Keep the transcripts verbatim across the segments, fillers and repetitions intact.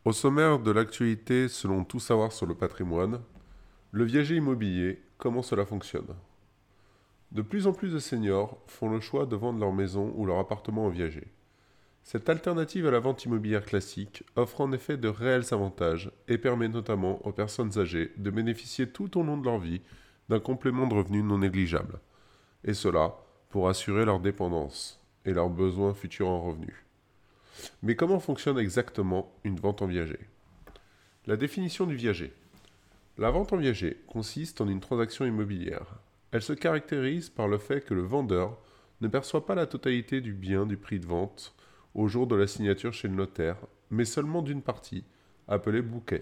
Au sommaire de l'actualité selon tout savoir sur le patrimoine, le viager immobilier, comment cela fonctionne. De plus en plus de seniors font le choix de vendre leur maison ou leur appartement au viager. Cette alternative à la vente immobilière classique offre en effet de réels avantages et permet notamment aux personnes âgées de bénéficier tout au long de leur vie d'un complément de revenus non négligeable, et cela pour assurer leur dépendance et leurs besoins futurs en revenus. Mais comment fonctionne exactement une vente en viager ? La définition du viager. La vente en viager consiste en une transaction immobilière. Elle se caractérise par le fait que le vendeur ne perçoit pas la totalité du bien du prix de vente au jour de la signature chez le notaire, mais seulement d'une partie, appelée bouquet.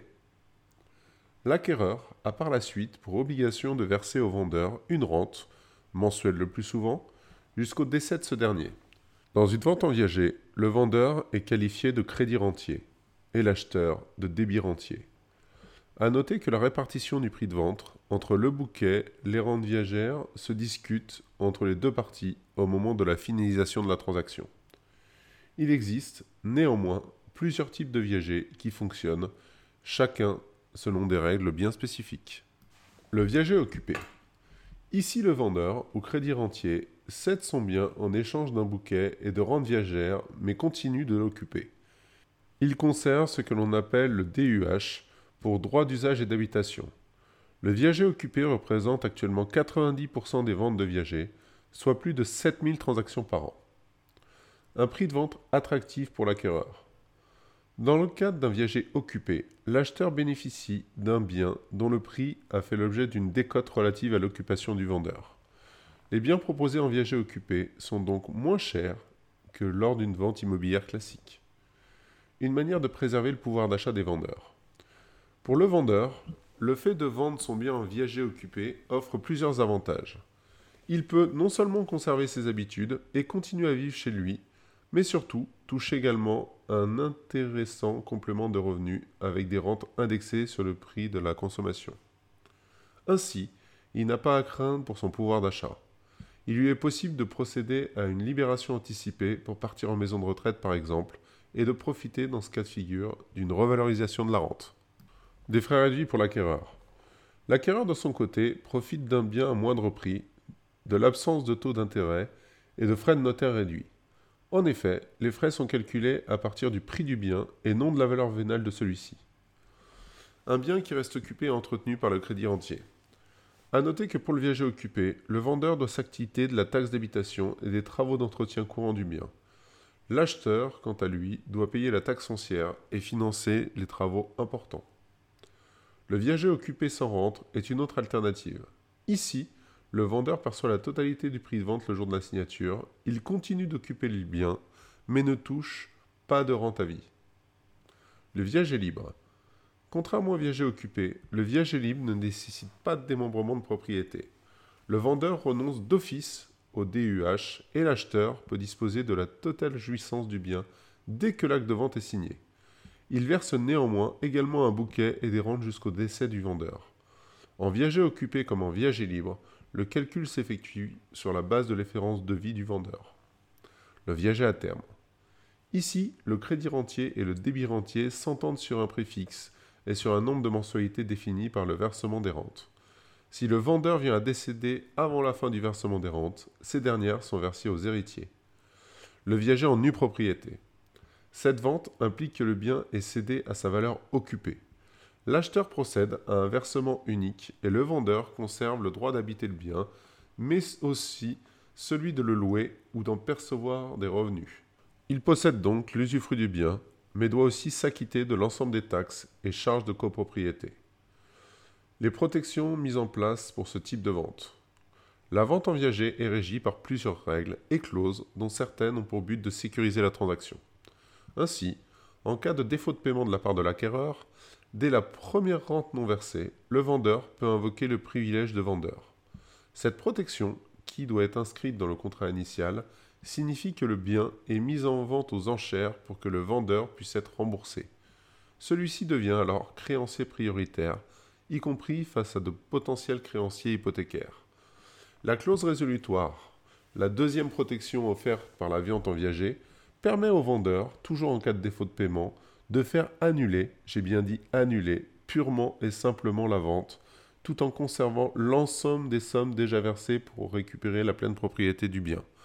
L'acquéreur a par la suite pour obligation de verser au vendeur une rente, mensuelle le plus souvent, jusqu'au décès de ce dernier. Dans une vente en viager, le vendeur est qualifié de crédit rentier et l'acheteur de débit rentier. À noter que la répartition du prix de vente entre le bouquet et les rentes viagères se discute entre les deux parties au moment de la finalisation de la transaction. Il existe, néanmoins, plusieurs types de viagers qui fonctionnent, chacun selon des règles bien spécifiques. Le viager occupé. Ici, le vendeur, ou crédit rentier, cède son bien en échange d'un bouquet et de rentes viagères, mais continue de l'occuper. Il conserve ce que l'on appelle le D U H, pour droit d'usage et d'habitation. Le viager occupé représente actuellement quatre-vingt-dix pour cent des ventes de viagers, soit plus de sept mille transactions par an. Un prix de vente attractif pour l'acquéreur. Dans le cadre d'un viager occupé, l'acheteur bénéficie d'un bien dont le prix a fait l'objet d'une décote relative à l'occupation du vendeur. Les biens proposés en viager occupé sont donc moins chers que lors d'une vente immobilière classique. Une manière de préserver le pouvoir d'achat des vendeurs. Pour le vendeur, le fait de vendre son bien en viager occupé offre plusieurs avantages. Il peut non seulement conserver ses habitudes et continuer à vivre chez lui, mais surtout toucher également un intéressant complément de revenus avec des rentes indexées sur le prix de la consommation. Ainsi, il n'a pas à craindre pour son pouvoir d'achat. Il lui est possible de procéder à une libération anticipée pour partir en maison de retraite par exemple, et de profiter dans ce cas de figure d'une revalorisation de la rente. Des frais réduits pour l'acquéreur. L'acquéreur de son côté profite d'un bien à moindre prix, de l'absence de taux d'intérêt et de frais de notaire réduits. En effet, les frais sont calculés à partir du prix du bien et non de la valeur vénale de celui-ci. Un bien qui reste occupé et entretenu par le crédit rentier. A noter que pour le viager occupé, le vendeur doit s'acquitter de la taxe d'habitation et des travaux d'entretien courant du bien. L'acheteur, quant à lui, doit payer la taxe foncière et financer les travaux importants. Le viager occupé sans rente est une autre alternative. Ici, le vendeur perçoit la totalité du prix de vente le jour de la signature, il continue d'occuper le bien, mais ne touche pas de rente à vie. Le viager libre. Contrairement au viager occupé, le viager libre ne nécessite pas de démembrement de propriété. Le vendeur renonce d'office au D U H et l'acheteur peut disposer de la totale jouissance du bien dès que l'acte de vente est signé. Il verse néanmoins également un bouquet et des rentes jusqu'au décès du vendeur. En viager occupé comme en viager libre, le calcul s'effectue sur la base de l'espérance de vie du vendeur. Le viager à terme. Ici, le crédit rentier et le débit rentier s'entendent sur un prix fixe et sur un nombre de mensualités défini par le versement des rentes. Si le vendeur vient à décéder avant la fin du versement des rentes, ces dernières sont versées aux héritiers. Le viager en nue propriété. Cette vente implique que le bien est cédé à sa valeur occupée. L'acheteur procède à un versement unique et le vendeur conserve le droit d'habiter le bien, mais aussi celui de le louer ou d'en percevoir des revenus. Il possède donc l'usufruit du bien, mais doit aussi s'acquitter de l'ensemble des taxes et charges de copropriété. Les protections mises en place pour ce type de vente. La vente en viager est régie par plusieurs règles et clauses dont certaines ont pour but de sécuriser la transaction. Ainsi, en cas de défaut de paiement de la part de l'acquéreur, dès la première rente non versée, le vendeur peut invoquer le privilège de vendeur. Cette protection, qui doit être inscrite dans le contrat initial, signifie que le bien est mis en vente aux enchères pour que le vendeur puisse être remboursé. Celui-ci devient alors créancier prioritaire, y compris face à de potentiels créanciers hypothécaires. La clause résolutoire, la deuxième protection offerte par la vente en viager, permet au vendeur, toujours en cas de défaut de paiement, de faire annuler, j'ai bien dit annuler, purement et simplement la vente, tout en conservant l'ensemble des sommes déjà versées pour récupérer la pleine propriété du bien.